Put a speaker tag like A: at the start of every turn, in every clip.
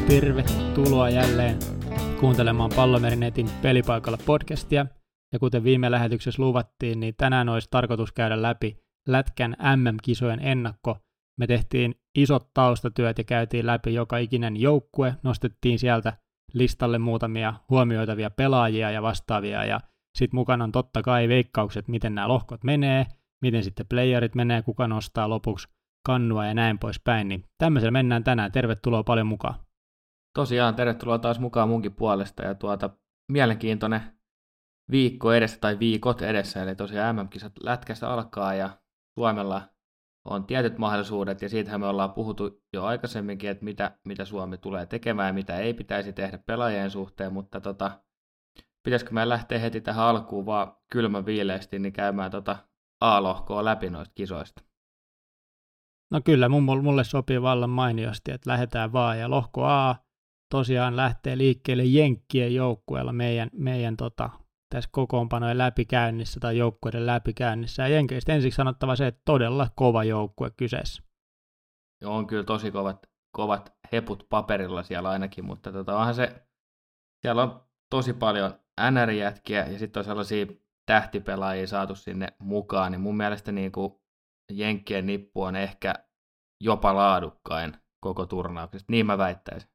A: Tervetuloa jälleen kuuntelemaan Pallomerinetin Pelipaikalla podcastia. Ja kuten viime lähetyksessä luvattiin, niin tänään olisi tarkoitus käydä läpi Lätkän MM-kisojen ennakko. Me tehtiin isot taustatyöt ja käytiin läpi joka ikinen joukkue, nostettiin sieltä listalle muutamia huomioitavia pelaajia ja vastaavia, ja sitten mukana on totta kai veikkaukset, miten nämä lohkot menee, miten sitten playerit menee, kuka nostaa lopuksi kannua ja näin poispäin, niin tämmöisellä mennään tänään. Tervetuloa paljon mukaan.
B: Tosiaan, tervetuloa taas mukaan munkin puolesta, ja mielenkiintoinen viikko edessä tai viikot edessä, eli tosiaan MM-kisat Lätkästä alkaa, ja Suomella on tietyt mahdollisuudet, ja siitähän me ollaan puhuttu jo aikaisemminkin, että mitä Suomi tulee tekemään ja mitä ei pitäisi tehdä pelaajien suhteen, mutta pitäisikö meidän lähteä heti tähän alkuun vaan kylmän viileästi niin käymään A-lohkoa läpi noista kisoista?
A: No kyllä, mulle sopii vallan mainiosti, että lähdetään vaan, ja lohko A tosiaan lähtee liikkeelle Jenkkien joukkueella meidän tässä kokoonpanojen läpikäynnissä tai joukkueiden läpikäynnissä. Ja Jenkeistä ensiksi sanottava se, että todella kova joukkue kyseessä.
B: Joo, on kyllä tosi kovat heput paperilla siellä ainakin, mutta onhan se, siellä on tosi paljon NR-jätkiä ja sitten on sellaisia tähtipelaajia saatu sinne mukaan, niin mun mielestä niin kuin Jenkkien nippu on ehkä jopa laadukkain koko turnauksesta, niin mä väittäisin.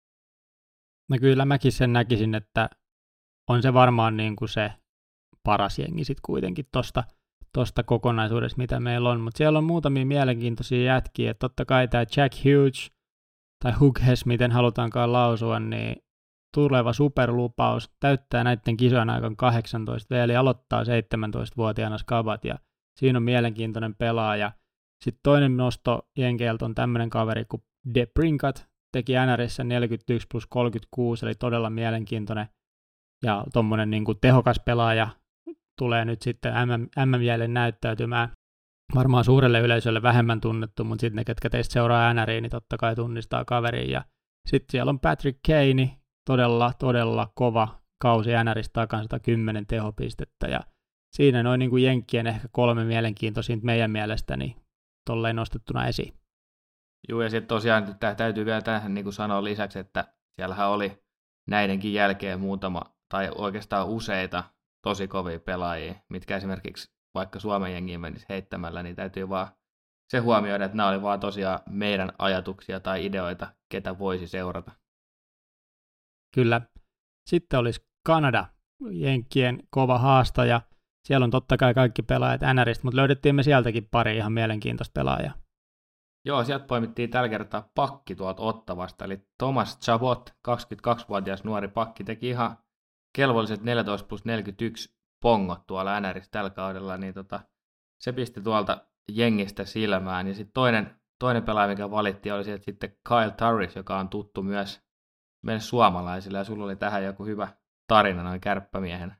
A: No kyllä mäkin sen näkisin, että on se varmaan niin kuin se paras jengi sitten kuitenkin tosta kokonaisuudesta, mitä meillä on, mutta siellä on muutamia mielenkiintoisia jätkiä, että totta kai tämä Jack Hughes tai Hughes, miten halutaankaan lausua, niin tuleva superlupaus täyttää näiden kisojen aikaan 18 eli aloittaa 17-vuotiaana skabat, ja siinä on mielenkiintoinen pelaaja. Sitten toinen nosto Jenkeiltä on tämmöinen kaveri kuin De Brincat, teki NRissä 41+36, eli todella mielenkiintoinen ja tommonen niin kuin tehokas pelaaja tulee nyt sitten MM-jäille näyttäytymään. Varmaan suurelle yleisölle vähemmän tunnettu, mutta sitten ne, ketkä teistä seuraa NRiä, niin totta kai tunnistaa kaverin. Ja sitten siellä on Patrick Kane, todella kova kausi NRistä takan 110 tehopistettä. Ja siinä noin niin kuin Jenkkien ehkä 3 mielenkiintoisinta meidän mielestäni tolleen nostettuna esiin.
B: Joo, ja sitten tosiaan täytyy vielä tähän niin kuin sanoa lisäksi, että siellähän oli näidenkin jälkeen muutama, tai oikeastaan useita tosi kovia pelaajia, mitkä esimerkiksi vaikka Suomen jengiin menisi heittämällä, niin täytyy vaan se huomioida, että nämä oli vaan tosiaan meidän ajatuksia tai ideoita, ketä voisi seurata.
A: Kyllä. Sitten olisi Kanada, Jenkkien kova haastaja. Siellä on totta kai kaikki pelaajat NRistä, mutta löydettiin me sieltäkin pari ihan mielenkiintoista pelaajaa. Joo,
B: sieltä poimittiin tällä kertaa pakki tuolta Ottavasta, eli Thomas Chabot, 22-vuotias nuori pakki, teki ihan kelvolliset 14+41 pongot tuolla NRissä tällä kaudella, niin se pisti tuolta jengistä silmään. Ja sitten toinen pelaaja, mikä valittiin, oli sieltä sitten Kyle Turris, joka on tuttu myös meille suomalaisille, ja sulla oli tähän joku hyvä tarina noin kärppämiehenä.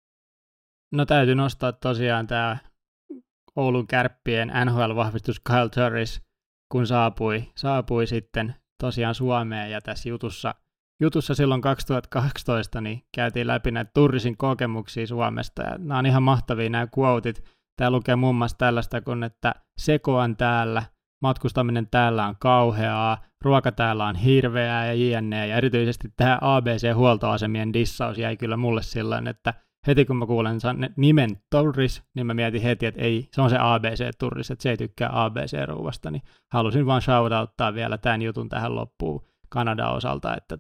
A: No täytyy nostaa tosiaan tämä Oulun Kärppien NHL-vahvistus Kyle Turris, kun saapui sitten tosiaan Suomeen, ja tässä jutussa silloin 2012 niin käytiin läpi näitä Turrisin kokemuksia Suomesta, ja nämä on ihan mahtavia nämä quotit. Tämä lukee muun muassa tällaista kuin, että sekoan täällä, matkustaminen täällä on kauheaa, ruoka täällä on hirveää ja jne. Ja erityisesti tämä ABC-huoltoasemien dissaus jäi kyllä mulle silloin, että heti kun mä kuulen nimen Turris, niin mä mietin heti, että ei, se on se ABC-Turris, että se ei tykkää ABC-ruuvasta, niin halusin vaan shoutouttaa vielä tämän jutun tähän loppuun Kanadan osalta, että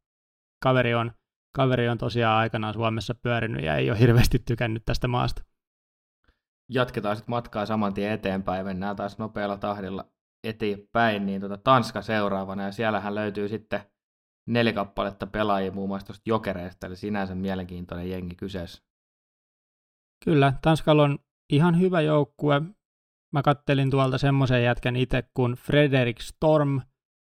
A: kaveri on tosiaan aikanaan Suomessa pyörinyt ja ei ole hirveästi tykännyt tästä maasta.
B: Jatketaan sitten matkaa saman tien eteenpäin, mennään taas nopealla tahdilla eteenpäin, niin Tanska seuraavana, ja siellähän löytyy sitten 4 kappaletta pelaajia muun muassa tuosta Jokereista, eli sinänsä mielenkiintoinen jengi kyseessä.
A: Kyllä, Tanskalla on ihan hyvä joukkue. Mä kattelin tuolta semmoisen jätkän itse kuin Fredrik Storm,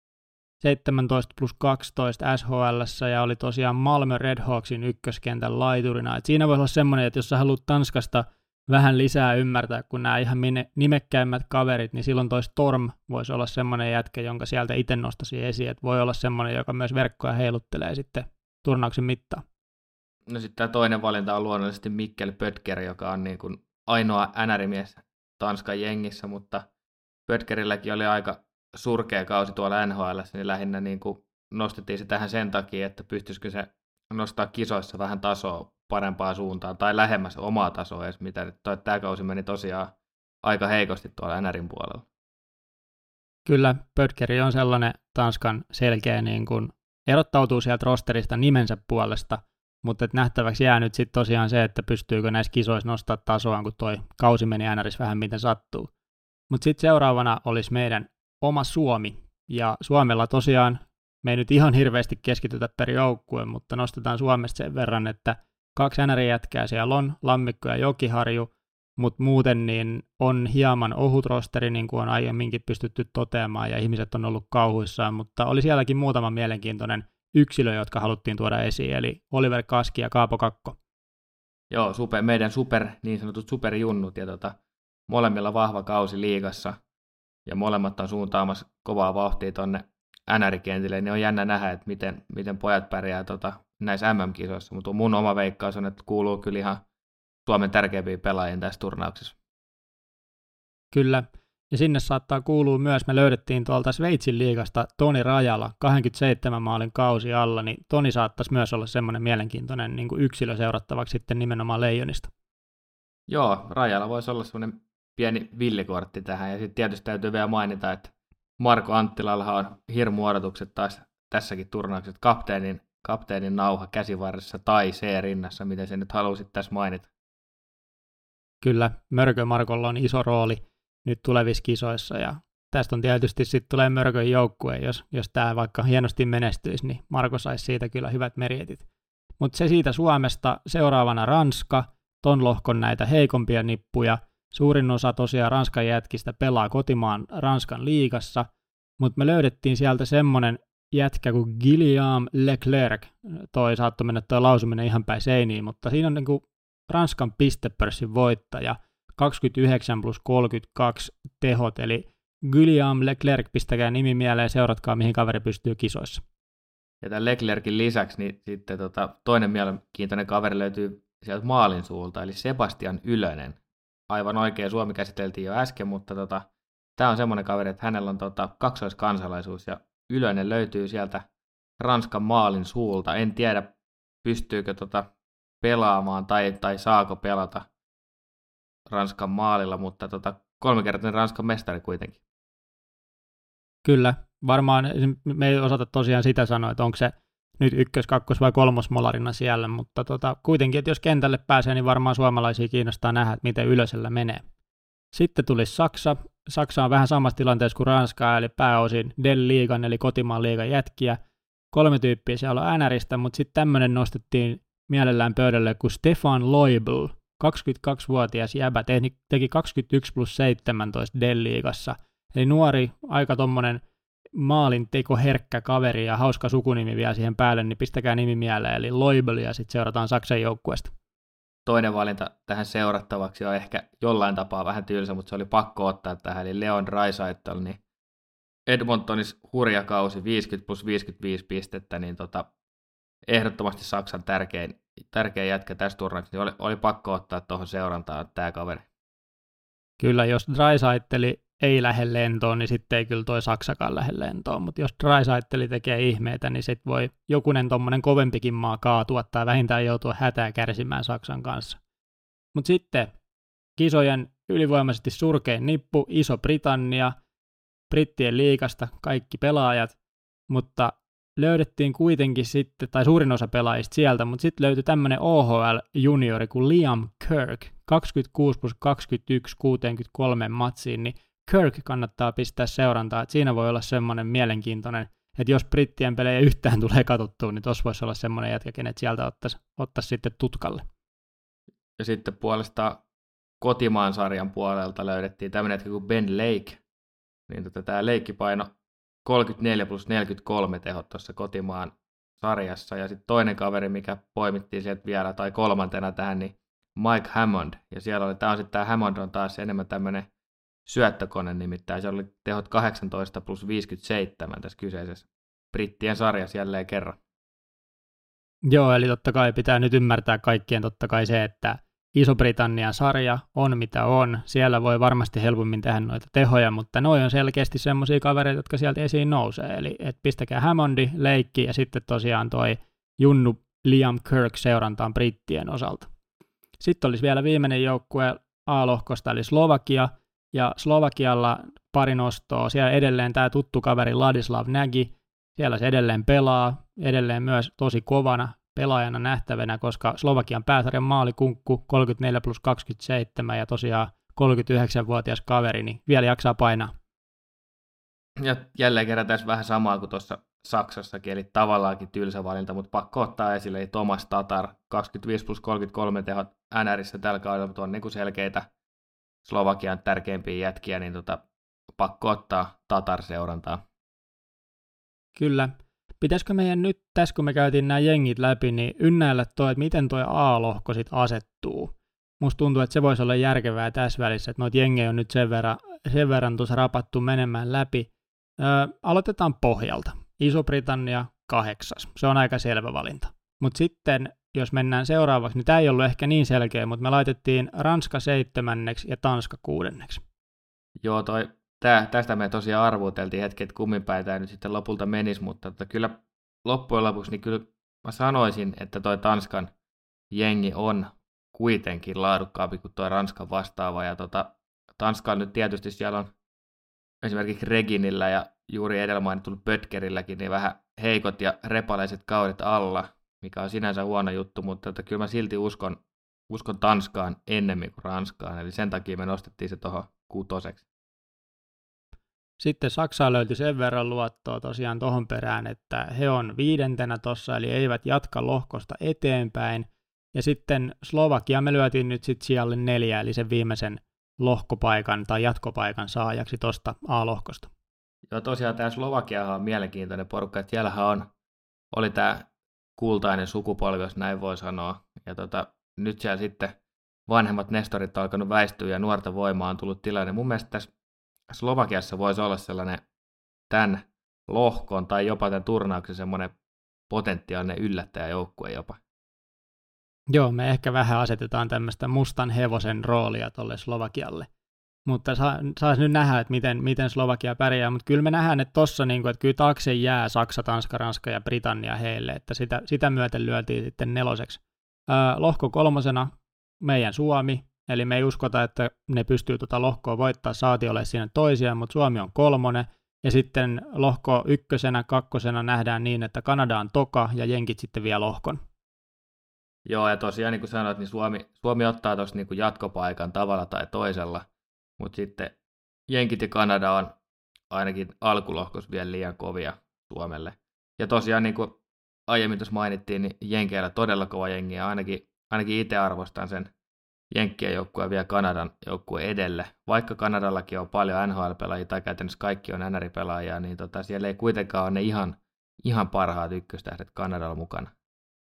A: 17+12 SHL:ssä, ja oli tosiaan Malmö Redhawksin ykköskentän laiturina. Et siinä voi olla semmoinen, että jos sä haluat Tanskasta vähän lisää ymmärtää, kun nämä ihan nimekkäimmät kaverit, niin silloin toi Storm voisi olla semmoinen jätkä, jonka sieltä itse nostaisin esiin, että voi olla semmoinen, joka myös verkkoja heiluttelee sitten turnauksen mittaan.
B: No sitten tämä toinen valinta on luonnollisesti Mikkel Pöttger, joka on niin kuin ainoa NR-mies Tanskan jengissä, mutta Pöttgerilläkin oli aika surkea kausi tuolla NHL:ssä, niin lähinnä niin kuin nostettiin se tähän sen takia, että pystyisikö se nostaa kisoissa vähän tasoa parempaan suuntaan tai lähemmäs omaa tasoa edes, mitä nyt tämä kausi meni tosiaan aika heikosti tuolla NRin puolella.
A: Kyllä, Böttgeri on sellainen Tanskan selkeä, niin kuin erottautuu sieltä rosterista nimensä puolesta, mutta nähtäväksi jää nyt sitten tosiaan se, että pystyykö näissä kisoissa nostaa tasoaan, kun toi kausi meni NRissä vähän miten sattuu. Mutta sitten seuraavana olisi meidän oma Suomi, ja Suomella tosiaan me ei nyt ihan hirveästi keskitytä per joukkue, mutta nostetaan Suomesta sen verran, että 2 NR-jätkää siellä on, Lammikko ja Jokiharju, mutta muuten niin on hieman ohut rosteri, niin kuin on aiemminkin pystytty toteamaan, ja ihmiset on ollut kauhuissaan, mutta oli sielläkin muutama mielenkiintoinen yksilö, jotka haluttiin tuoda esiin, eli Oliver Kaski ja Kaapo Kakko.
B: Joo, meidän niin sanotut superjunnut, ja molemmilla vahva kausi liigassa, ja molemmat on suuntaamassa kovaa vauhtia tuonne NR-kentille, niin on jännä nähdä, että miten pojat pärjää näissä MM-kisoissa, mutta mun oma veikkaus on, että kuuluu kyllä ihan Suomen tärkeimpiä pelaajia tässä turnauksessa.
A: Kyllä, ja sinne saattaa kuulua myös, me löydettiin tuolta Sveitsin liigasta Toni Rajala, 27 maalin kausi alla, niin Toni saattaisi myös olla semmoinen mielenkiintoinen niin kuin yksilö seurattavaksi sitten nimenomaan Leijonista.
B: Joo, Rajala voisi olla semmoinen pieni villikortti tähän, ja sitten tietysti täytyy vielä mainita, että Marko Anttilalla on hirmu odotukset taas tässäkin turnauksessa, kapteenin nauha käsivarressa tai C-rinnassa, miten se nyt halusit tässä mainita.
A: Kyllä, Mörkö Markolla on iso rooli nyt tulevissa kisoissa, ja tästä on tietysti sitten tulee Mörkön joukkue, jos tämä vaikka hienosti menestyisi, niin Marko saisi siitä kyllä hyvät merietit. Mutta se siitä Suomesta, seuraavana Ranska, ton lohkon näitä heikompia nippuja, suurin osa tosiaan Ranskan jätkistä pelaa kotimaan Ranskan liigassa, mutta me löydettiin sieltä semmoinen jätkä kuin Guillaume Leclerc, saattoi mennä tuo lausuminen ihan päin seiniin, mutta siinä on niinku Ranskan pistepörssin voittaja, 29 plus 32 tehot, eli Guillaume Leclerc, pistäkää nimi mieleen ja seuratkaa, mihin kaveri pystyy kisoissa.
B: Ja tämän Leclercin lisäksi niin sitten toinen mielenkiintoinen kaveri löytyy sieltä maalin suulta, eli Sebastian Ylönen. Aivan oikein, Suomi käsiteltiin jo äsken, mutta tämä on semmoinen kaveri, että hänellä on kaksoiskansalaisuus, ja Ylönen löytyy sieltä Ranskan maalin suulta. En tiedä, pystyykö pelaamaan tai saako pelata Ranskan maalilla, mutta 3-kertainen Ranskan mestari kuitenkin.
A: Kyllä, varmaan me ei osata tosiaan sitä sanoa, että onko se nyt ykkös-, kakkos- vai kolmosmolarina siellä, mutta kuitenkin, että jos kentälle pääsee, niin varmaan suomalaisia kiinnostaa nähdä, että miten Ylösellä menee. Sitten tuli Saksa. Saksa on vähän samassa tilanteessa kuin Ranska, eli pääosin Del Liigan, eli kotimaan liigan jätkiä. 3 tyyppiä siellä on NRistä, mutta sitten tämmöinen nostettiin mielellään pöydälle kuin Stefan Loibl, 22-vuotias jäbä, teki 21 plus 17 Del Liigassa, eli nuori, aika tommonen maalintekoherkkä kaveri ja hauska sukunimi vielä siihen päälle, niin pistäkää nimi mieleen, eli Loibl, ja sitten seurataan Saksan joukkueesta.
B: Toinen valinta tähän seurattavaksi on ehkä jollain tapaa vähän tylsä, mutta se oli pakko ottaa tähän, eli Leon Draisaitl, niin Edmontonis hurja kausi, 50 plus 55 pistettä, niin ehdottomasti Saksan tärkein jätkä tässä turnauksessa, niin oli pakko ottaa tuohon seurantaan tämä kaveri.
A: Kyllä, jos Draisaitl ei lähde lentoon, niin sitten ei kyllä toi Saksakaan lähde lentoon, mutta jos Draisaitl tekee ihmeitä, niin sitten voi jokunen tommonen kovempikin maa kaatua tai vähintään joutua hätää kärsimään Saksan kanssa. Mutta sitten kisojen ylivoimaisesti surkein nippu, Iso-Britannia, Brittien liigasta kaikki pelaajat, mutta löydettiin kuitenkin sitten, tai suurin osa pelaajista sieltä, mutta sitten löytyi tämmöinen OHL-juniori kuin Liam Kirk, 26 plus 21, 63 matsiin, niin Kirk kannattaa pistää seurantaa, että siinä voi olla semmoinen mielenkiintoinen, että jos brittien pelejä yhtään tulee katsottua, niin tuossa voisi olla semmoinen jätkä, kenet sieltä ottaisi sitten tutkalle.
B: Ja sitten puolestaan kotimaan sarjan puolelta löydettiin tämmöinen jätkä kuin Ben Lake, niin tämä leikkipaino 34 plus 43 tehot tuossa kotimaan sarjassa, ja sitten toinen kaveri, mikä poimittiin sieltä vielä, tai kolmantena tähän, niin Mike Hammond, ja siellä oli, tämä Hammond on taas enemmän tämmöinen syöttökone, nimittäin se oli tehot 18 plus 57 tässä kyseisessä brittien sarjassa jälleen kerran.
A: Joo, eli totta kai pitää nyt ymmärtää kaikkien totta kai se, että Iso-Britannian sarja on mitä on, siellä voi varmasti helpommin tehdä noita tehoja, mutta noi on selkeästi semmoisia kavereita, jotka sieltä esiin nousee, eli pistäkää Hammondi, leikki ja sitten tosiaan toi Junnu Liam Kirk seurantaan brittien osalta. Sitten olisi vielä viimeinen joukkue A-lohkosta, eli Slovakia, ja Slovakialla pari nostoa, siellä edelleen tämä tuttu kaveri Ladislav Nagy, siellä se edelleen pelaa, edelleen myös tosi kovana pelaajana nähtävänä, koska Slovakian pääsarjan maalikunkku 34+27 ja tosiaan 39-vuotias kaveri, niin vielä jaksaa painaa.
B: Ja jälleen kerran tässä vähän samaa kuin tuossa Saksassakin, eli tavallaankin tylsä valinta, mutta pakko ottaa esille, eli Tomas Tatar, 25+33 tehot NRissä tällä kaudella, mutta on niin kuin selkeitä Slovakian tärkeimpiä jätkiä, niin pakko ottaa Tatar seurantaa.
A: Kyllä. Pitäisikö meidän nyt, tässä kun me käytiin nämä jengit läpi, niin ynnäillä toi, että miten toi A-lohko sitten asettuu. Musta tuntuu, että se voisi olla järkevää tässä välissä, että noita jengejä on nyt sen verran tuossa rapattu menemään läpi. Aloitetaan pohjalta. Iso-Britannia 8. Se on aika selvä valinta. Mutta sitten, jos mennään seuraavaksi, niin tämä ei ollut ehkä niin selkeä, mutta me laitettiin Ranska 7. ja Tanska 6.
B: Joo, tästä me tosiaan arvuuteltiin hetki, että kummin päin tämä nyt sitten lopulta menisi, mutta kyllä loppujen lopuksi, niin kyllä mä sanoisin, että toi Tanskan jengi on kuitenkin laadukkaampi kuin toi Ranskan vastaava, ja Tanskan nyt tietysti siellä on esimerkiksi Reginillä ja juuri edellä mainitulla Böttgerilläkin niin vähän heikot ja repaleiset kaudet alla, mikä on sinänsä huono juttu, mutta kyllä mä silti uskon Tanskaan ennemmin kuin Ranskaan, eli sen takia me nostettiin se tuohon 6.
A: Sitten Saksaa löytyi sen verran luottoa tosiaan tohon perään, että he on 5. tossa, eli eivät jatka lohkosta eteenpäin. Ja sitten Slovakia me lyötiin nyt sitten sijalle 4, eli sen viimeisen lohkopaikan tai jatkopaikan saajaksi tuosta A-lohkosta.
B: Joo, tosiaan tämä Slovakiahan on mielenkiintoinen porukka, että siellähän oli tämä kultainen sukupolvi, jos näin voi sanoa, ja nyt siellä sitten vanhemmat nestorit on alkanut väistyä ja nuorta voimaa on tullut tilanne. Mun mielestä tässä Slovakiassa voisi olla sellainen tämän lohkon tai jopa tämän turnauksen semmoinen potentiaalinen yllättäjäjoukkue jopa.
A: Joo, me ehkä vähän asetetaan tämmöistä mustan hevosen roolia tuolle Slovakialle. Mutta saisi nyt nähdä, että miten Slovakia pärjää, mutta kyllä me nähdään, että tossa, niin kuin, että kyllä taakse jää Saksa, Tanska, Ranska ja Britannia heille, että sitä myöten lyötiin sitten 4. Lohko 3. meidän Suomi, eli me ei uskota, että ne pystyy tuota lohkoa voittaa, saati ole siinä toisiaan, mutta Suomi on 3. Ja sitten lohko 1, 2 nähdään niin, että Kanada on toka ja jenkit sitten vie lohkon.
B: Joo, ja tosiaan niin kuin sanoit, niin Suomi ottaa tuossa niin kuin jatkopaikan tavalla tai toisella, mutta sitten jenkit ja Kanada on ainakin alkulohkos vielä liian kovia Suomelle. Ja tosiaan niin kuin aiemmin tuossa mainittiin, niin jenkeillä todella kova jengi, ja ainakin itse arvostan sen jenkkien joukkueen vielä Kanadan joukkueen edelle. Vaikka Kanadallakin on paljon NHL-pelaajia, tai käytännössä kaikki on NR-pelaajia, niin siellä ei kuitenkaan ole ne ihan parhaat ykköstähdet Kanadalla mukana.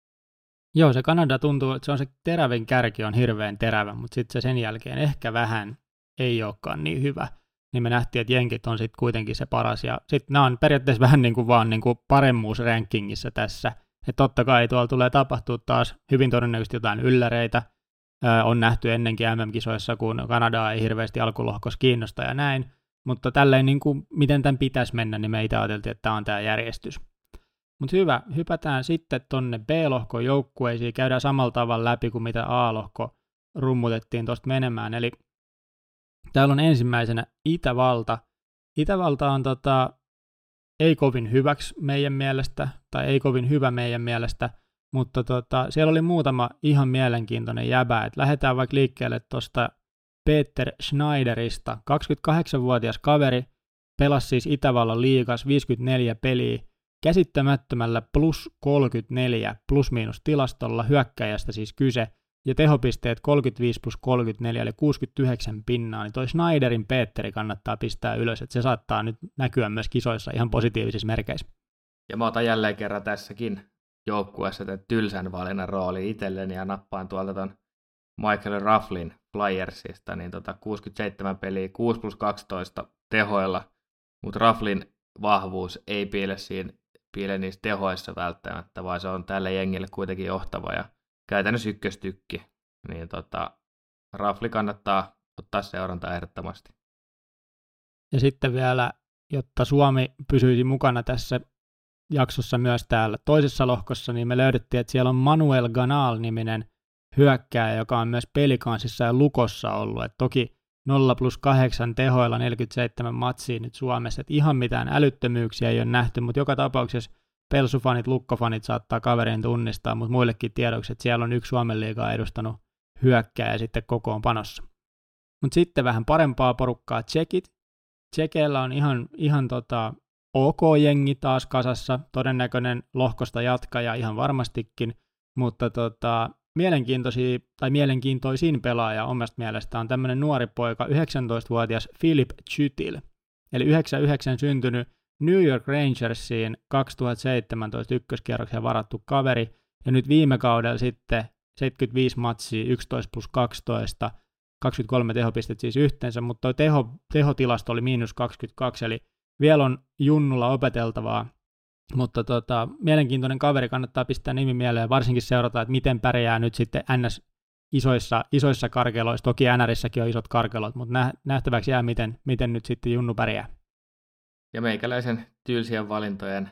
A: Joo, se Kanada tuntuu, että se on se terävin kärki on hirveän terävä, mutta sitten se sen jälkeen ehkä vähän ei olekaan niin hyvä. Niin me nähtiin, että jenkit on sitten kuitenkin se paras. Ja sitten nämä on periaatteessa vähän niin kuin vaan niin kuin paremmuusrankingissa tässä. Että totta kai tuolla tulee tapahtua taas hyvin todennäköisesti jotain ylläreitä. On nähty ennenkin MM-kisoissa, kun Kanadaa ei hirveästi alkulohkossa kiinnosta ja näin. Mutta tälleen niin kuin, miten tämän pitäisi mennä, niin me itse ajateltiin, että tämä on tämä järjestys. Mutta hyvä, hypätään sitten tonne B-lohkon joukkueisiin, käydään samalla tavalla läpi kuin mitä A-lohko rummutettiin tuosta menemään. Eli täällä on ensimmäisenä Itävalta. Itävalta on ei kovin hyväksi meidän mielestä, tai ei kovin hyvä meidän mielestä, mutta siellä oli muutama ihan mielenkiintoinen jäbä. Et lähdetään vaikka liikkeelle tuosta Peter Schneiderista. 28-vuotias kaveri, pelasi siis Itävallan liigas 54 peliä, käsittämättömällä plus 34 plus-miinus tilastolla, hyökkäjästä siis kyse, ja tehopisteet 35+34, eli 69 pinnaa, niin toi Schneiderin Petteri kannattaa pistää ylös, että se saattaa nyt näkyä myös kisoissa ihan positiivisissa merkeissä.
B: Ja mä otan jälleen kerran tässäkin joukkueessa tämän tylsän valinnan rooli itselleni, ja nappaan tuolta ton Michael Rufflin Flyersista, niin 67 peliä, 6+12 tehoilla, mutta Rufflin vahvuus ei piile niissä tehoissa välttämättä, vaan se on tälle jengille kuitenkin johtava ja käytännössä ykköstykki. Niin rafli kannattaa ottaa seurantaa ehdottomasti.
A: Ja sitten vielä, jotta Suomi pysyisi mukana tässä jaksossa myös täällä toisessa lohkossa, niin me löydettiin, että siellä on Manuel Ganal-niminen hyökkääjä, joka on myös Pelikansissa ja Lukossa ollut. Et toki 0+8 tehoilla 47 matsia nyt Suomessa, että ihan mitään älyttömyyksiä ei ole nähty, mutta joka tapauksessa Pelsufanit, Lukkofanit saattaa kaverin tunnistaa, mutta muillekin tiedoksi, että siellä on yksi Suomen liigaa edustanut hyökkääjä sitten kokoonpanossa. Mutta sitten vähän parempaa porukkaa tsekit. Tsekeillä on ihan ok jengi taas kasassa, todennäköinen lohkosta jatkaja ihan varmastikin, mutta mielenkiintoisin pelaaja omasta mielestä on tämmöinen nuori poika, 19-vuotias Philip Chytil, eli 99 syntynyt New York Rangersiin 2017 ykköskierroksen varattu kaveri, ja nyt viime kaudella sitten 75 matsia, 11+12, 23 tehopistettä siis yhteensä, mutta tuo tehotilasto oli -22, eli vielä on junnulla opeteltavaa, mutta mielenkiintoinen kaveri, kannattaa pistää nimi mieleen ja varsinkin seurata, että miten pärjää nyt sitten NS isoissa karkeloissa, toki NRissäkin on isot karkelot, mutta nähtäväksi jää, miten nyt sitten junnu pärjää.
B: Ja meikäläisen tyylsien valintojen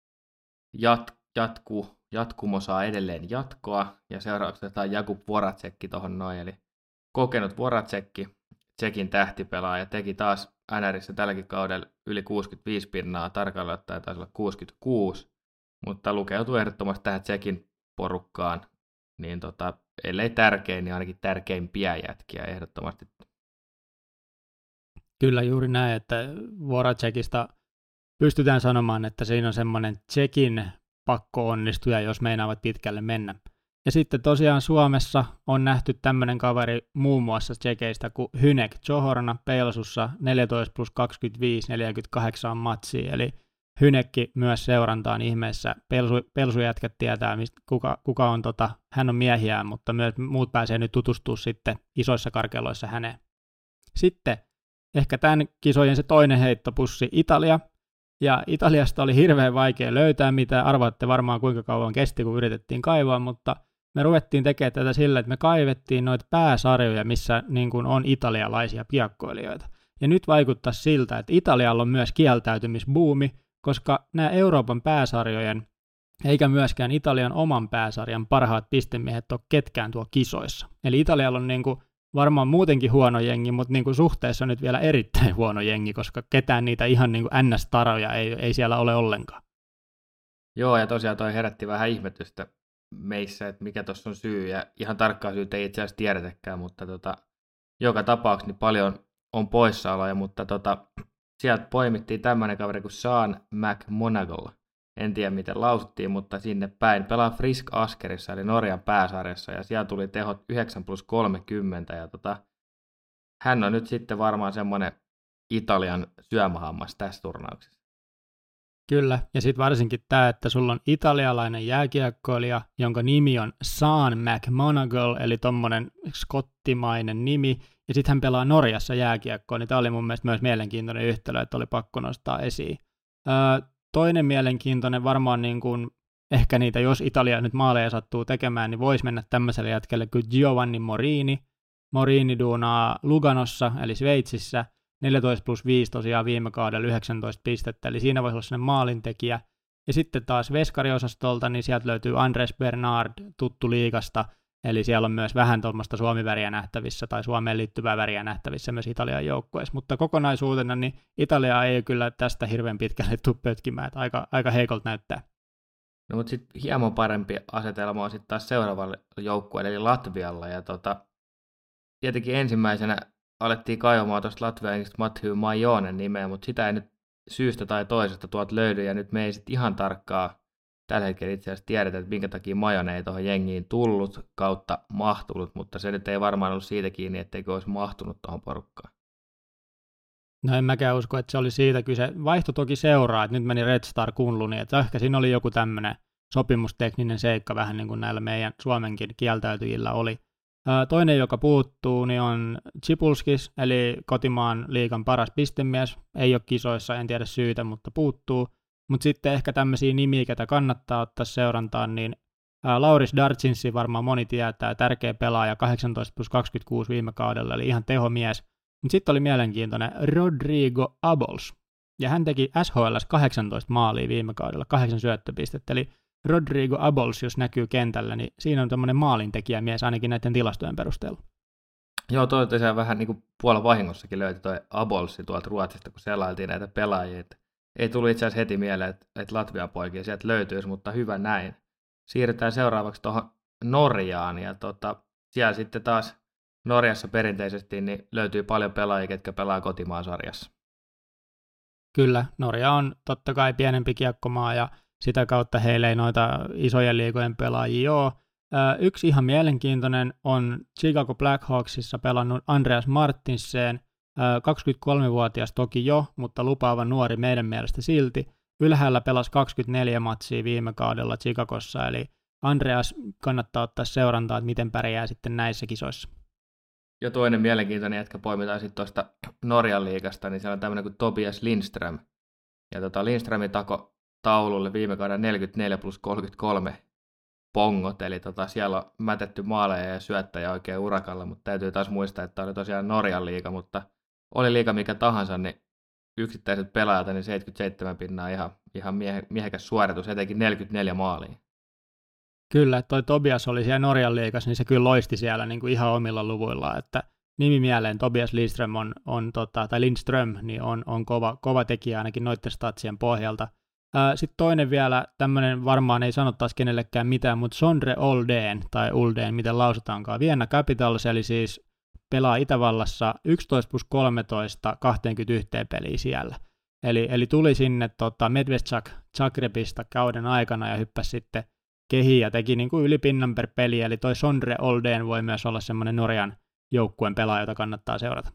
B: jatkumo saa edelleen jatkoa, ja seuraavaksi otetaan Jakub Voracekki tuohon noin, eli kokenut Voracekki, Tsekin tähtipelaaja, teki taas NRissä tälläkin kaudella yli 65 pinnaa, tarkalleen ottaen taisi olla 66, mutta lukeutui ehdottomasti tähän Tsekin porukkaan, niin ellei tärkein, niin ainakin tärkeimpiä jätkiä ehdottomasti.
A: Kyllä juuri näin, että Voracekista pystytään sanomaan, että siinä on semmoinen Tsekin pakko-onnistuja, jos meinaavat pitkälle mennä. Ja sitten tosiaan Suomessa on nähty tämmöinen kaveri muun muassa tsekeistä kuin Hynek Johorna Pelsussa 14+25, 48 matsia, eli Hynekki myös seurantaan ihmeessä. Pelsujätkät tietää, kuka on, hän on miehiään, mutta myös muut pääsee nyt tutustua sitten isoissa karkeloissa häneen. Sitten ehkä tämän kisojen se toinen heittopussi, Italia. Ja Italiasta oli hirveän vaikea löytää, mitä arvaatte varmaan kuinka kauan kesti, kun yritettiin kaivaa, mutta me ruvettiin tekemään tätä sillä, että me kaivettiin noita pääsarjoja, missä niin kuin on italialaisia kiekkoilijoita. Ja nyt vaikuttaa siltä, että Italialla on myös kieltäytymisbuumi, koska nämä Euroopan pääsarjojen, eikä myöskään Italian oman pääsarjan parhaat pistemiehet ole ketkään tuo kisoissa. Eli Italialla on niin kuin varmaan muutenkin huono jengi, mutta niin kuin suhteessa on nyt vielä erittäin huono jengi, koska ketään niitä ihan niin kuin NS-taroja ei siellä ole ollenkaan.
B: Joo, ja tosiaan toi herätti vähän ihmetystä meissä, että mikä tuossa on syy, ja ihan tarkkaa syytä ei itse asiassa tiedetäkään, mutta joka tapauksessa niin paljon on poissaoloja, mutta sieltä poimittiin tämmöinen kaveri kuin Sean McMonagle. En tiedä miten lausuttiin, mutta sinne päin. Pelaa Frisk Askerissa, eli Norjan pääsarjassa, ja siellä tuli tehot 9+30, ja hän on nyt sitten varmaan semmoinen Italian syömähammas tässä turnauksessa.
A: Kyllä, ja sitten varsinkin tämä, että sulla on italialainen jääkiekkoilija, jonka nimi on Sean McMonagle, eli tommonen skottimainen nimi, ja sitten hän pelaa Norjassa jääkiekkoa, niin tämä oli mun mielestä myös mielenkiintoinen yhtälö, että oli pakko nostaa esiin. Toinen mielenkiintoinen varmaan niin kuin, ehkä niitä, jos Italia nyt maaleja sattuu tekemään, niin voisi mennä tämmöiselle jätkelle kuin Giovanni Morini. Morini duunaa Luganossa, eli Sveitsissä, 14+5 tosiaan viime kaudella 19 pistettä, eli siinä voisi olla sellainen maalintekijä. Ja sitten taas veskariosastolta, niin sieltä löytyy Andres Bernard, tuttu liigasta, eli siellä on myös vähän tuommoista Suomi-väriä nähtävissä, tai Suomeen liittyvää väriä nähtävissä myös Italian joukkueessa, mutta kokonaisuutena niin Italia ei kyllä tästä hirveän pitkälle tule pötkimään, että aika heikolta näyttää.
B: No mutta sitten hieman parempi asetelma on sitten taas seuraavalle joukkueelle, eli Latvialla, ja tietenkin ensimmäisenä alettiin kaivamaan tuosta latvialaisesta Mathieu Majonen nimeä, mutta sitä ei nyt syystä tai toisesta tuolta löydy, ja nyt me ei sitten ihan tarkkaa tällä hetkellä itse asiassa tiedetä, että minkä takia Majonen ei tuohon jengiin tullut kautta mahtunut, mutta se nyt ei varmaan ollut siitä kiinni, etteikö olisi mahtunut tuohon porukkaan.
A: No en mäkään usko, että se oli siitä kyse. Vaihto toki seuraa, että nyt meni Red Star Kunluniin, että ehkä siinä oli joku tämmöinen sopimustekninen seikka vähän niin kuin näillä meidän Suomenkin kieltäytyjillä oli. Toinen, joka puuttuu, niin on Chipulskis, eli kotimaan liigan paras pistemies. Ei ole kisoissa, en tiedä syytä, mutta puuttuu. Mutta sitten ehkä tämmöisiä nimiä, ketä kannattaa ottaa seurantaan, niin Lauris Darcinsi varmaan moni tietää, tärkeä pelaaja, 18+26 viime kaudella, eli ihan tehomies. Mutta sitten oli mielenkiintoinen Rodrigo Abols, ja hän teki SHL:ssä 18 maalia viime kaudella, 8 syöttöpistettä, eli Rodrigo Abols, jos näkyy kentällä, niin siinä on tämmöinen maalintekijämies ainakin näiden tilastojen perusteella.
B: Joo, toivottavasti vähän niin kuin puolen vahingossakin löytyi toi Abolsi tuolta Ruotsista, kun selailtiin näitä pelaajia. Et ei tullut itse asiassa heti mieleen, että Latvian poikia sieltä löytyisi, mutta hyvä näin. Siirrytään seuraavaksi tuohon Norjaan, ja siellä sitten taas Norjassa perinteisesti niin löytyy paljon pelaajia, ketkä pelaa kotimaan sarjassa.
A: Kyllä, Norja on totta kai pienempi kiekkomaa, ja sitä kautta heillä ei noita isojen liigojen pelaajia ole. Yksi ihan mielenkiintoinen on Chicago Blackhawksissa pelannut Andreas Martinsen, 23-vuotias toki jo, mutta lupaava nuori meidän mielestä silti. Ylhäällä pelasi 24 matsia viime kaudella Chicagossa, eli Andreas kannattaa ottaa seurantaa, että miten pärjää sitten näissä kisoissa.
B: Ja toinen mielenkiintoinen jätkä poimitaan sitten tuosta Norjan liigasta, niin siellä on tämmöinen kuin Tobias Lindström. Ja Lindströmin tako taululle viime kauden 44+33 pongot, eli siellä on mätetty maaleja ja syöttäjä oikein urakalla, mutta täytyy taas muistaa, että tämä oli tosiaan Norjan liiga, mutta oli liiga mikä tahansa, niin yksittäiset pelaajat, niin 77 pinnaa ihan miehekäs suoritus, etenkin 44 maalia.
A: Kyllä, toi Tobias oli siellä Norjan liigassa, niin se kyllä loisti siellä niin kuin ihan omilla luvuillaan, että nimi mieleen Tobias Lindström tai Lindström, niin on kova tekijä ainakin noiden statsien pohjalta. Sitten toinen vielä, tämmöinen varmaan ei sanottaisi kenellekään mitään, mutta Sondre Oldén, tai Uldén, miten lausutaankaan, Vienna Capitals, eli siis pelaa Itävallassa 11+13 21 peliä siellä. Eli tuli sinne Medveščak Zagrebista kauden aikana ja hyppäsi sitten kehiin ja teki niin kuin yli pinnan per peli, eli toi Sondre Oldén voi myös olla semmoinen Norjan joukkueen pelaaja, jota kannattaa seurata.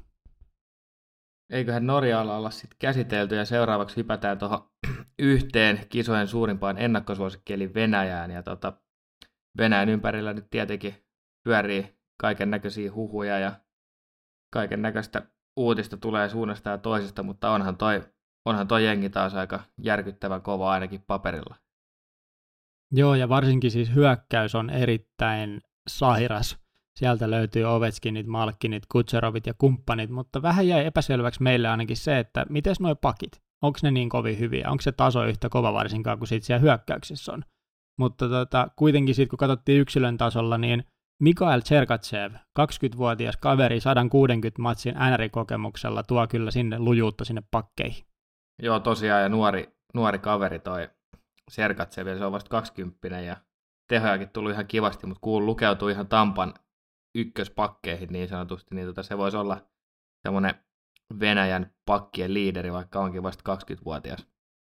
B: Eiköhän Norjalla olla sitten käsitelty, ja seuraavaksi hypätään tuohon yhteen kisojen suurimpaan ennakkosuosikkiin, eli Venäjään. Ja Venäjän ympärillä nyt tietenkin pyörii kaiken näköisiä huhuja ja kaiken näköistä uutista tulee suunnasta ja toisesta, mutta onhan toi jengi taas aika järkyttävän kova ainakin paperilla.
A: Joo, ja varsinkin siis hyökkäys on erittäin sairas. Sieltä löytyy Ovechkinit, Malkinit, Kutserovit ja kumppanit, mutta vähän jäi epäselväksi meille ainakin se, että miten nuo pakit, onko ne niin kovin hyviä, onko se taso yhtä kova varsinkaan kuin siellä hyökkäyksessä on. Mutta kuitenkin sitten kun katsottiin yksilön tasolla, niin Mikhail Cherkachev, 20-vuotias kaveri 160 matsin NR-kokemuksella, tuo kyllä sinne lujuutta sinne pakkeihin.
B: Joo, tosiaan, ja nuori kaveri toi Cherkachev, se on vasta 20 ja tehojakin tullut ihan kivasti, mutta lukeutuu ihan Tampan ykköspakkeihin niin sanotusti, niin se voisi olla semmoinen Venäjän pakkien liideri, vaikka onkin vasta 20-vuotias.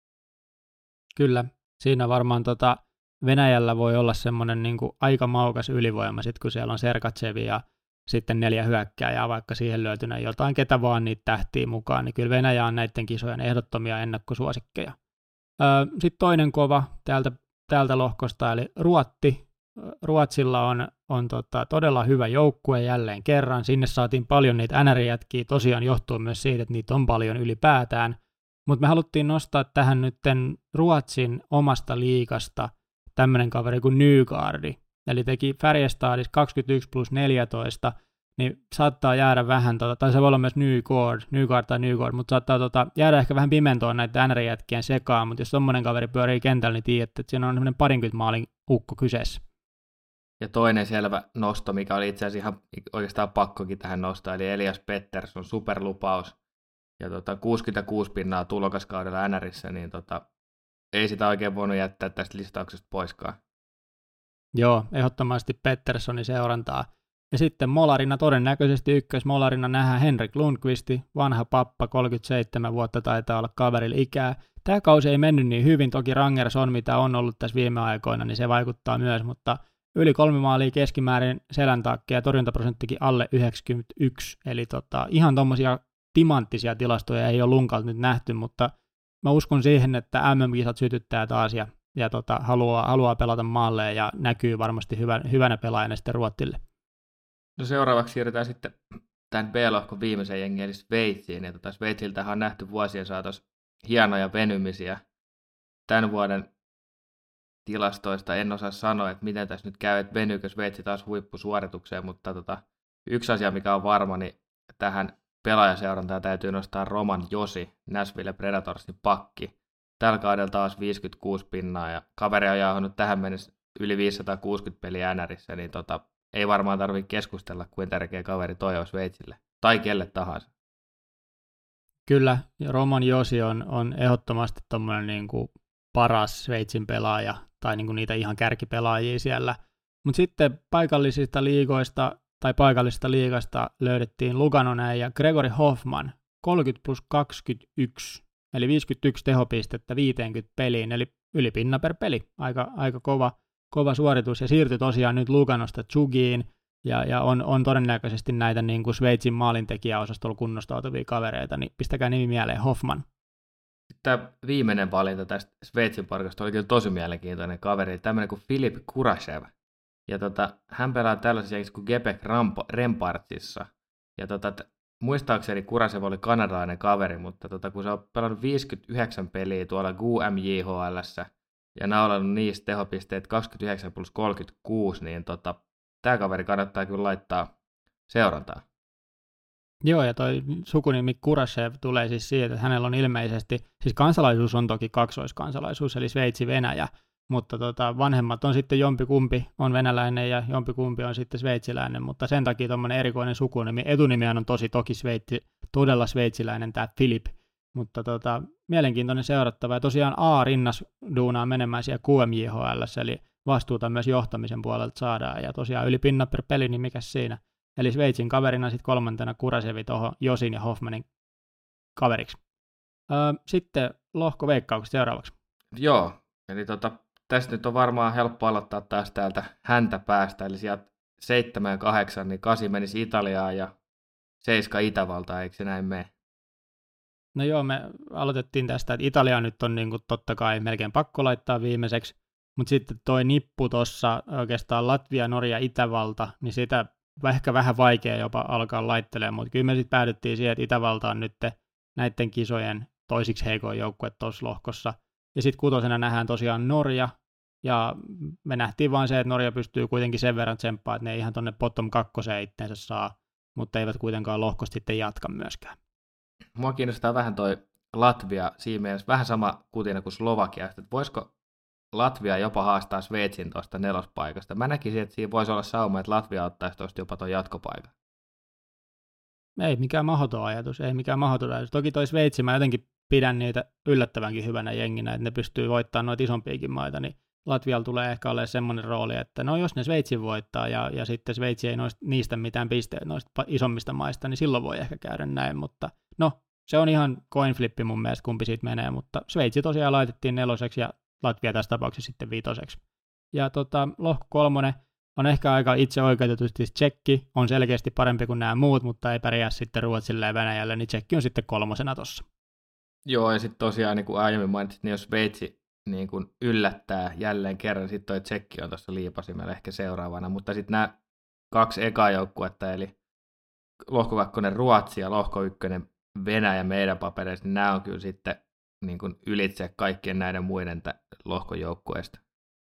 A: Kyllä, siinä varmaan Venäjällä voi olla semmoinen niin kuin aika maukas ylivoima, sit kun siellä on Sergachev ja sitten 4 hyökkääjää, vaikka siihen löytynä jotain, ketä vaan niitä tähtiä mukaan, niin kyllä Venäjä on näiden kisojen ehdottomia ennakkosuosikkeja. Sitten toinen kova täältä lohkosta, eli Ruotsilla on todella hyvä joukkue jälleen kerran. Sinne saatiin paljon niitä NR-jätkiä, tosiaan johtuu myös siitä, että niitä on paljon ylipäätään. Mutta me haluttiin nostaa tähän nytten Ruotsin omasta liigasta tämmöinen kaveri kuin Nygaardi. Eli teki Färjestadissa 21+14, niin saattaa jäädä vähän, tai se voi olla myös Nygård, mutta saattaa jäädä ehkä vähän pimentoon näitä NR-jätkien sekaan, mutta jos tommonen kaveri pyörii kentällä, niin tiedätte, että siinä on semmoinen 20 maalin ukko kyseessä.
B: Ja toinen selvä nosto, mikä oli itse asiassa ihan oikeastaan pakkokin tähän nostaa, eli Elias Pettersson, superlupaus. Ja 66 pinnaa tulokaskaudella NRissä, niin ei sitä oikein voinut jättää tästä listauksesta poiskaan.
A: Joo, ehdottomasti Petterssonin seurantaa. Ja sitten molarina, todennäköisesti ykkösmolarina nähdään Henrik Lundqvisti, vanha pappa, 37 vuotta taitaa olla kaverilla ikää. Tämä kausi ei mennyt niin hyvin, toki Rangerson, mitä on ollut tässä viime aikoina, niin se vaikuttaa myös, mutta yli 3 maalia keskimäärin selän takia ja torjuntaprosenttikin alle 91, eli ihan tommosia timanttisia tilastoja ei ole Lunkalta nyt nähty, mutta mä uskon siihen, että MM-kisat sytyttää taas ja haluaa pelata maalle ja näkyy varmasti hyvänä pelaajana sitten Ruotsille.
B: No seuraavaksi siirrytään sitten tämän B-lohkon viimeisen jengin, eli Sveitsiin. Ja Sveitsiltähän on nähty vuosien saatossa hienoja venymisiä. Tämän vuoden tilastoista en osaa sanoa, että miten tässä nyt käy, että venyykö Sveitsi taas huippusuoritukseen, mutta yksi asia, mikä on varma, niin tähän pelaajaseurantaan täytyy nostaa Roman Josi, Nashville Predatorsin pakki. Tällä kaudella taas 56 pinnaa ja kaveri on jaahannut tähän mennessä yli 560 peliä NRissä, niin ei varmaan tarvitse keskustella, kuin tärkeä kaveri toi on Sveitsille tai kelle tahansa.
A: Kyllä, Roman Josi on ehdottomasti tommoinen niin kuin paras Sveitsin pelaaja, tai niin kuin niitä ihan kärkipelaajia siellä. Mutta sitten paikallisista liigasta löydettiin Luganonen ja Gregory Hoffman, 30+21, eli 51 tehopistettä 50 peliin, eli yli pinna per peli. Aika kova suoritus, ja siirtyi tosiaan nyt Luganosta Tsugiin, ja on todennäköisesti näitä niin kuin Sveitsin maalintekijäosastolla kunnostautuvia kavereita, niin pistäkää nimi mieleen, Hoffman.
B: Tämä viimeinen valinta tästä Sveitsin parkasta oli kyllä tosi mielenkiintoinen kaveri, tämmöinen kuin Filip Kurashev. Ja hän pelaa tällaisessa jengissä kuin Gebek Rempartsissa. Ja muistaakseni Kurashev oli kanadalainen kaveri, mutta kun se on pelannut 59 peliä tuolla GUM-JHL:ssä ja naulannut niistä tehopisteet 29+36, niin tämä kaveri kannattaa kyllä laittaa seurantaan.
A: Joo, ja toi sukunimi Kurashev tulee siis siitä, että hänellä on ilmeisesti, siis kansalaisuus on toki kaksoiskansalaisuus, eli Sveitsi-Venäjä, mutta vanhemmat on sitten jompikumpi on venäläinen ja jompikumpi on sitten sveitsiläinen, mutta sen takia tuommoinen erikoinen sukunimi, etunimihän on toki todella sveitsiläinen tämä Philip, mutta mielenkiintoinen seurattava, ja tosiaan A-rinnas duunaa menemään siellä QMJHL, eli vastuuta myös johtamisen puolelta saadaan, ja tosiaan yli pinna per peli, niin mikäs siinä. Eli Sveitsin kaverina sitten kolmantena Kurashevi tuohon Josin ja Hoffmanin kaveriksi. Sitten lohkoveikkaukset seuraavaksi.
B: Joo, eli tästä nyt on varmaan helppo aloittaa taas täältä häntä päästä, eli sieltä 7 ja 8, niin 8 menisi Italiaan ja 7 Itävaltaa, eikö se näin mene?
A: No joo, me aloitettiin tästä, että Italia nyt on niin kuin totta kai melkein pakko laittaa viimeiseksi, mutta sitten toi nippu tuossa oikeastaan Latvia, Norja, Itävalta, niin sitä ehkä vähän vaikea jopa alkaa laittelemaan, mutta kyllä me sitten päädyttiin siihen, että Itävalta on nyt näiden kisojen toisiksi heikoin joukkue tuossa lohkossa. Ja sitten kutosena nähdään tosiaan Norja, ja me nähtiin vain se, että Norja pystyy kuitenkin sen verran tsemppaamaan, että ne ei ihan tuonne bottom 2 itteensä saa, mutta eivät kuitenkaan lohkosta sitten jatka myöskään.
B: Mua kiinnostaa vähän toi Latvia siinä mielessä, vähän sama kutina kuin Slovakia, että voisiko Latvia jopa haastaa Sveitsin tuosta 4. paikasta. Mä näkisin, että siinä voisi olla sauma, että Latvia ottaisi tuosta jopa tuon jatkopaikan.
A: Ei mikään mahdoton ajatus. Toki toi Sveitsi, mä jotenkin pidän niitä yllättävänkin hyvänä jenginä, että ne pystyy voittamaan noita isompiakin maita, niin Latvialla tulee ehkä olemaan semmoinen rooli, että no jos ne Sveitsin voittaa ja sitten Sveitsi ei niistä mitään pisteitä noista isommista maista, niin silloin voi ehkä käydä näin, mutta no se on ihan coin flippi mun mielestä, kumpi siitä menee, mutta Sveitsi tosiaan laitettiin 4. ja Latvia tässä tapauksessa sitten 5. Ja lohko 3 on ehkä aika itse oikeutetusti Tsekki, on selkeästi parempi kuin nämä muut, mutta ei pärjää sitten Ruotsille ja Venäjälle, niin Tsekki on sitten 3. tuossa.
B: Joo, ja sitten tosiaan, niin kuin aiemmin mainitsit, niin jos Sveitsi niin kuin yllättää jälleen kerran, sitten toi Tsekki on tuossa liipasimella ehkä seuraavana, mutta sitten nämä 2 ekaa joukkuetta, eli lohko 2 Ruotsi ja lohko 1 Venäjä meidän papereissa, niin nämä on kyllä sitten niin kuin ylitse kaikkien näiden muiden lohkojoukkueista.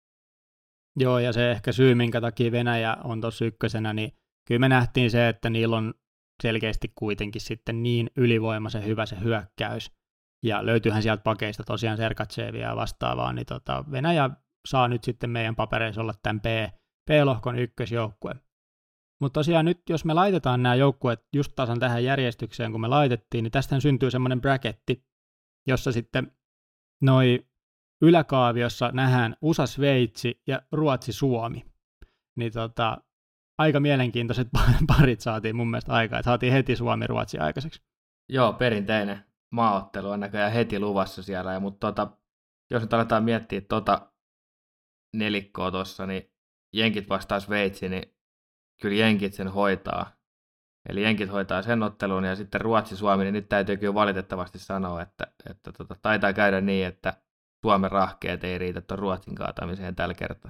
A: Joo, ja se ehkä syy, minkä takia Venäjä on tuossa 1, niin kyllä me nähtiin se, että niillä on selkeästi kuitenkin sitten niin ylivoimaisen hyvä se hyökkäys, ja löytyyhän sieltä pakeista tosiaan Sergatsevia ja vastaavaa, niin Venäjä saa nyt sitten meidän papereissa olla tämän B-lohkon ykkösjoukkue. Mutta tosiaan nyt, jos me laitetaan nämä joukkueet just tasan tähän järjestykseen, kun me laitettiin, niin tästähän syntyy semmoinen bracketti, jossa sitten noi yläkaaviossa nähdään USA-Sveitsi ja Ruotsi-Suomi. Niin aika mielenkiintoiset parit saatiin mun mielestä aikaa, että saatiin heti Suomi-Ruotsi aikaiseksi.
B: Joo, perinteinen maaottelu on näköjään heti luvassa siellä, mutta jos nyt aletaan miettiä nelikkoa tuossa, niin jenkit vastaan Sveitsi, niin kyllä jenkit sen hoitaa. Eli jenkit hoitaa sen ottelun, ja sitten Ruotsi-Suomi, niin nyt täytyy kyllä valitettavasti sanoa, että taitaa käydä niin, että Suomen rahkeet ei riitä tuon Ruotsin kaatamiseen tällä kertaa.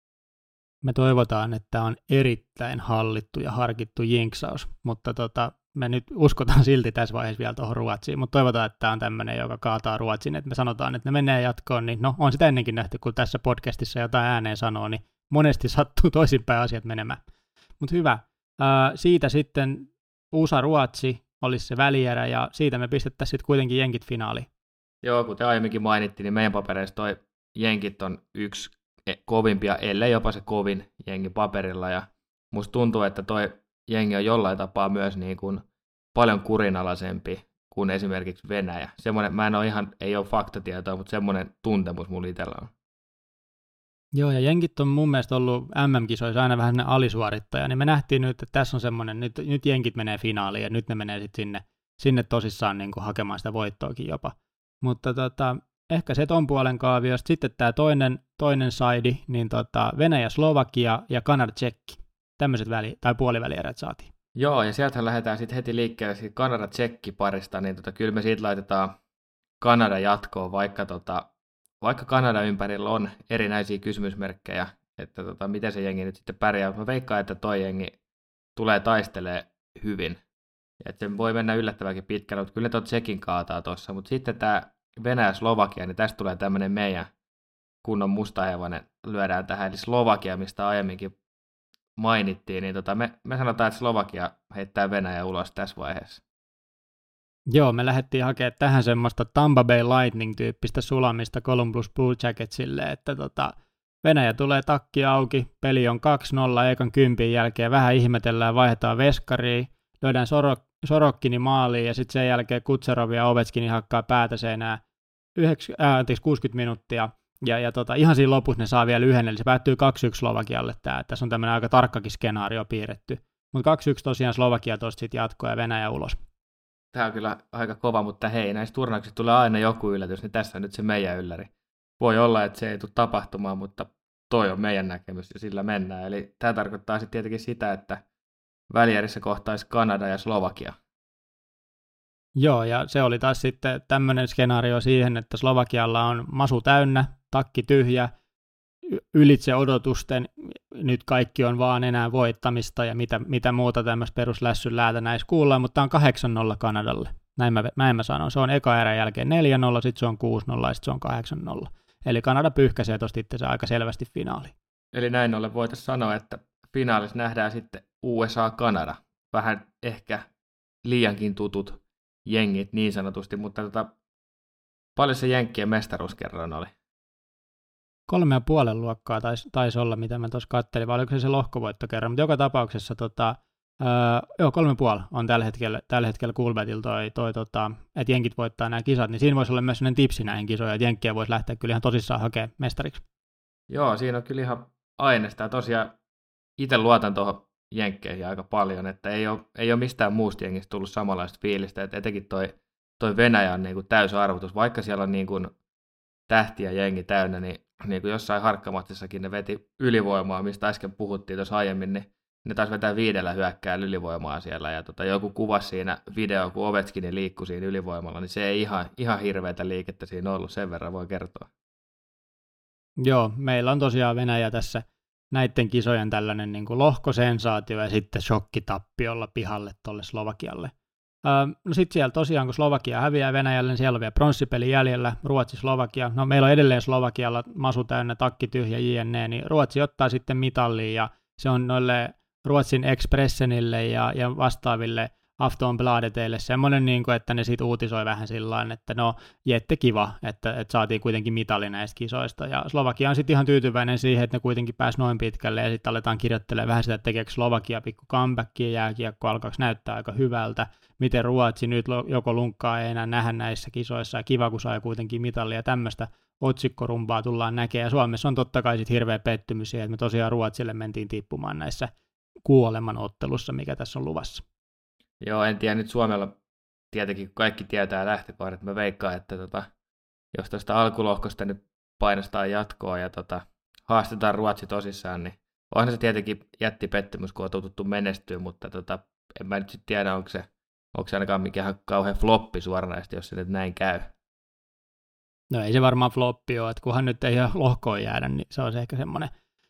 A: Me toivotaan, että on erittäin hallittu ja harkittu jinksaus, mutta me nyt uskotaan silti tässä vaiheessa vielä tuohon Ruotsiin, mutta toivotaan, että tämä on tämmöinen, joka kaataa Ruotsin, että me sanotaan, että ne menee jatkoon, niin no on sitä ennenkin nähty, kun tässä podcastissa jotain ääneen sanoo, niin monesti sattuu toisinpäin asiat menemään. Mutta hyvä. Siitä sitten USA-Ruotsi olisi se välierä, ja siitä me pistettäisiin sitten kuitenkin jenkit finaaliin.
B: Joo, kuten aiemminkin mainittiin, niin meidän papereissa toi jenkit on yksi kovimpia, ellei jopa se kovin jengi paperilla, ja musta tuntuu, että toi jengi on jollain tapaa myös niin kuin paljon kurinalaisempi kuin esimerkiksi Venäjä. Semmoinen, mä en ole ihan, ei ole faktatietoa, mutta semmoinen tuntemus mulla itsellä on.
A: Joo, ja jenkit on mun mielestä ollut MM-kisoissa aina vähän alisuorittaja, niin me nähtiin nyt, että tässä on semmoinen, nyt jenkit menee finaaliin, ja nyt ne menee sitten sinne tosissaan niin kuin hakemaan sitä voittoakin jopa. Mutta ehkä se ton puolen kaaviosta. Sitten tämä toinen side, niin Venäjä, Slovakia ja Kanada, Tsekki. Tämmöiset puolivälierät saatiin.
B: Joo, ja sieltähän lähdetään sitten heti liikkeelle siitä Kanada-Tsekki-parista, niin kyllä me siitä laitetaan Kanada jatkoon, vaikka Kanada ympärillä on erinäisiä kysymysmerkkejä, että miten se jengi nyt sitten pärjää. Mä veikkaan, että toi jengi tulee taistelee hyvin. Että se voi mennä yllättävänkin pitkälle, mutta kyllä tuon Tsekin kaataa tuossa. Mutta sitten tämä Venäjä-Slovakia, niin tästä tulee tämmöinen meidän kunnon mustahevonen lyödään tähän. Eli Slovakia, mistä aiemminkin mainittiin, niin me sanotaan, että Slovakia heittää Venäjä ulos tässä vaiheessa.
A: Joo, me lähdettiin hakemaan tähän semmoista Tampa Bay Lightning-tyyppistä sulamista Columbus Blue Jacketsille, että Venäjä tulee takki auki, peli on 2-0 ekan 10 jälkeen, vähän ihmetellään, vaihdetaan veskariin, löydään Sorokkini maaliin ja sitten sen jälkeen Kutserov ja Ovechkin hakkaa päätä seinään 60 minuuttia. Ja ihan siinä lopussa ne saa vielä yhden, eli se päättyy 2-1 Slovakialle tämä. Tässä on tämmöinen aika tarkkakin skenaario piirretty. Mutta 2-1 tosiaan Slovakia tuosta sitten jatkoa ja Venäjä ulos.
B: Tämä on kyllä aika kova, mutta hei, näissä turnauksissa tulee aina joku yllätys, niin tässä on nyt se meidän ylläri. Voi olla, että se ei tule tapahtumaan, mutta toi on meidän näkemys ja sillä mennään. Eli tämä tarkoittaa sitten tietenkin sitä, että välierissä kohtaisi Kanada ja Slovakia. Joo,
A: ja se oli taas sitten tämmöinen skenaario siihen, että Slovakialla on masu täynnä, takki tyhjä, ylitse odotusten, nyt kaikki on vaan enää voittamista ja mitä muuta tämmöistä peruslässyn läätä näissä kuullaan, mutta tämä on 8-0 Kanadalle. Näin mä sanon. Se on eka erän jälkeen 4-0, sitten se on 6-0 ja sitten se on 8-0. Eli Kanada pyyhkäisee tuosta itse aika selvästi finaaliin.
B: Eli näin ollen voitaisiin sanoa, että finaalissa nähdään sitten USA-Kanada. Vähän ehkä liiankin tutut jengit niin sanotusti, mutta paljon se jenkkien mestaruuskerroin oli?
A: 3,5 luokkaa taisi olla, mitä mä tuossa katselin, vai oliko se lohkovoittokerran, mutta joka tapauksessa 3,5 on tällä hetkellä Coolbetilla että jenkit voittaa nämä kisat, niin siinä voisi olla myös sellainen tipsi näihin kisoihin, että jenkkiä voisi lähteä kyllä ihan tosissaan hakemaan mestariksi.
B: Joo, siinä on kyllä ihan aineesta, ja tosiaan itse luotan tuohon jenkkeihin aika paljon, että ei ole mistään muusta jengistä tullut samanlaista fiilistä, että etenkin toi Venäjä on niin kuin täysarvotus, vaikka siellä on niin kuin tähtiä jengi täynnä, niin kuin jossain harkkamatsissakin ne veti ylivoimaa, mistä äsken puhuttiin tuossa aiemmin, niin ne taas vetää 5 hyökkää ylivoimaa siellä, ja joku kuvasi siinä video, kun Ovechkin liikkui siinä ylivoimalla, niin se ei ihan hirveätä liikettä siinä ollut, sen verran voi kertoa.
A: Joo, meillä on tosiaan Venäjä tässä näiden kisojen tällainen niin kuin lohkosensaatio ja sitten shokkitappiolla pihalle tuolle Slovakialle. No sitten siellä tosiaan, kun Slovakia häviää Venäjälle, niin siellä on vielä pronssipeli jäljellä, Ruotsi-Slovakia. No meillä on edelleen Slovakialla masu täynnä, takki tyhjä, jne, niin Ruotsi ottaa sitten mitalliin ja se on noille Ruotsin Expressenille ja vastaaville Aftonbladeteille semmoinen, niin kuin, että ne sitten uutisoi vähän sillain, että no jette kiva, että saatiin kuitenkin mitali näistä kisoista. Ja Slovakia on sitten ihan tyytyväinen siihen, että ne kuitenkin pääsi noin pitkälle ja sitten aletaan kirjoittelemaan vähän sitä, että tekeekö Slovakia pikku comebackia, jääkiekko alkaako näyttää aika hyvältä, miten Ruotsi nyt joko lunkkaa ei enää nähdä näissä kisoissa ja kiva, kun saa kuitenkin mitalia ja tämmöistä otsikkorumpaa tullaan näkemään. Ja Suomessa on totta kai sitten hirveä pettymys siihen, että me tosiaan Ruotsille mentiin tippumaan näissä kuoleman ottelussa, mikä tässä on luvassa.
B: Joo, en tiedä nyt Suomella, tietenkin kaikki tietää lähtökohdat, mä veikkaan, että jos tuosta alkulohkosta nyt painostaa jatkoa ja haastetaan Ruotsi tosissaan, niin onhan se tietenkin jättipettymys, kun on totuttu menestyä, mutta en mä nyt sitten tiedä, onko se ainakaan mikään kauhean floppi suoranaisesti, jos se nyt näin käy.
A: No ei se varmaan floppi ole, että kunhan nyt ei ihan lohkoon jäädä, niin se on se ehkä semmoinen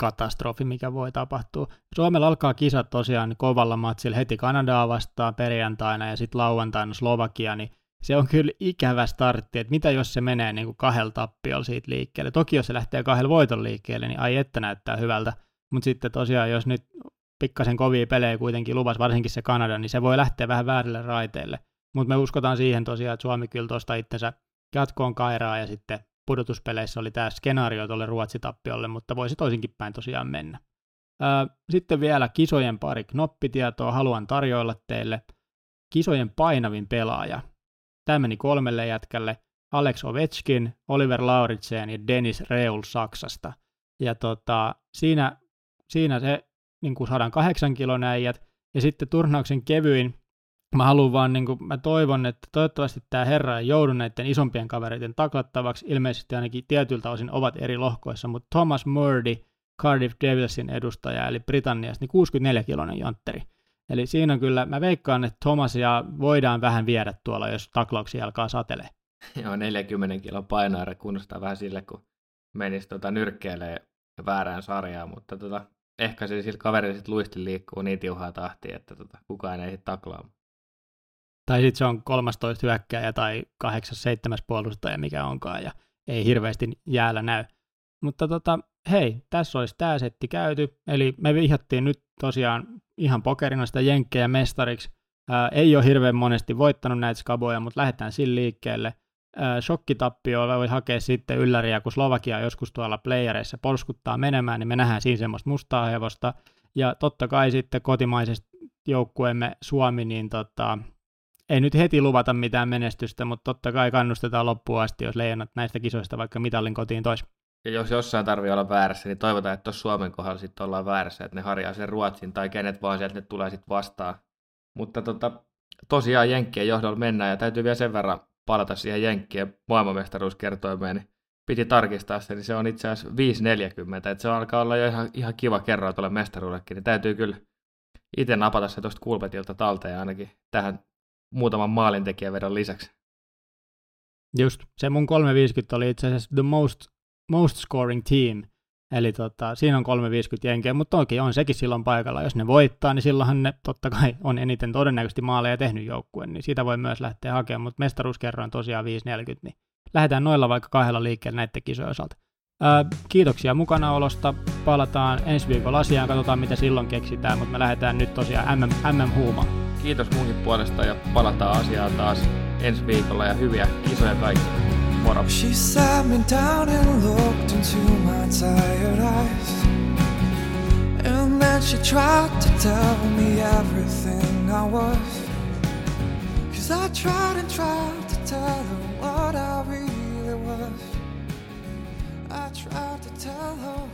A: katastrofi, mikä voi tapahtua. Suomella alkaa kisat tosiaan kovalla matsilla heti Kanadaa vastaan perjantaina ja sitten lauantaina Slovakia, niin se on kyllä ikävä startti, että mitä jos se menee niin kuin 2 tappiolla siitä liikkeelle. Toki jos se lähtee 2 voiton liikkeelle, niin ai että näyttää hyvältä, mutta sitten tosiaan jos nyt pikkasen kovia pelejä kuitenkin luvasi, varsinkin se Kanada, niin se voi lähteä vähän väärille raiteille. Mutta me uskotaan siihen tosiaan, että Suomi kyllä tuosta itsensä jatkoon kairaa ja sitten pudotuspeleissä oli tämä skenaario tuolle Ruotsi-tappiolle, mutta voisi toisinkin päin tosiaan mennä. Sitten vielä kisojen pari knoppitietoa haluan tarjoilla teille. Kisojen painavin pelaaja. Tämä meni 3 jätkälle. Alex Ovechkin, Oliver Lauritsen ja Dennis Reul Saksasta. Ja siinä se niin kuin 108 kilon äijät. Ja sitten turnauksen kevyin. Mä haluan vaan, mä toivon, että toivottavasti tämä herra ei joudu näiden isompien kavereiden taklattavaksi. Ilmeisesti ainakin tietyiltä osin ovat eri lohkoissa, mutta Thomas Murdy, Cardiff Devilsin edustaja, eli Britanniasta, niin 64-kiloinen jantteri. Eli siinä on kyllä, mä veikkaan, että Thomasia voidaan vähän viedä tuolla, jos taklauksia alkaa satelee.
B: Joo, 40 kilon painoarja kunnostaa vähän sille, kun menisi nyrkkeilee väärään sarjaan, mutta ehkä se sillä kaverilla sitten luisti liikkuu niin tiuhaa tahtia, että kukaan ei taklaa.
A: Tai sitten se on 13 hyökkääjä tai 8-7 puolustaja, mikä onkaan, ja ei hirveästi jäällä näy. Mutta hei, tässä olisi tämä setti käyty, eli me vihjattiin nyt tosiaan ihan pokerina sitä jenkkejä mestariksi. Ei ole hirveän monesti voittanut näitä skaboja, mutta lähdetään sillä liikkeelle. Shokkitappio voi hakea sitten ylläriä, kun Slovakia joskus tuolla playereissa polskuttaa menemään, niin me nähdään siinä semmoista mustaa hevosta. Ja totta kai sitten kotimaisesta joukkueemme Suomi, niin ei nyt heti luvata mitään menestystä, mutta totta kai kannustetaan loppuun asti, jos Leijonat näistä kisoista vaikka mitallin kotiin tois.
B: Ja jos jossain tarvii olla väärässä, niin toivotaan, että tuossa Suomen kohdalla sitten ollaan väärässä, että ne harjaa sen Ruotsin tai kenet vaan sieltä ne tulee sitten vastaan. Mutta tosiaan Jenkkien johdolla mennään ja täytyy vielä sen verran palata siihen Jenkkien maailmanmestaruuskertoimeen, niin piti tarkistaa se, niin se on itse asiassa 5.40, että se alkaa olla jo ihan kiva kerroa tuolle mestaruudellekin, niin täytyy kyllä itse napata se tuosta Kulpetilta talteen ainakin tähän muutaman maalintekijävedon lisäksi.
A: Just, se mun 350 oli itse asiassa the most scoring team, eli siinä on 350 jenkeä, mutta toki on sekin silloin paikalla, jos ne voittaa, niin silloinhan ne totta kai on eniten todennäköisesti maaleja tehnyt joukkueen, niin siitä voi myös lähteä hakemaan, mutta mestaruuskerroin tosiaan 5.40, niin lähdetään noilla vaikka 2 liikkeellä näiden kisojen osalta. Kiitoksia mukanaolosta, palataan ensi viikolla asiaan, katsotaan mitä silloin keksitään, mutta me lähdetään nyt tosiaan MM-huumaan.
B: Kiitos munkin puolesta ja palataan asiaan taas ensi viikolla ja hyviä kisoja kaikille. Moro!
C: She sat me down and looked into my tired eyes, and then she tried to tell me everything I was, 'cause I tried to tell her what I really was. I tried to tell her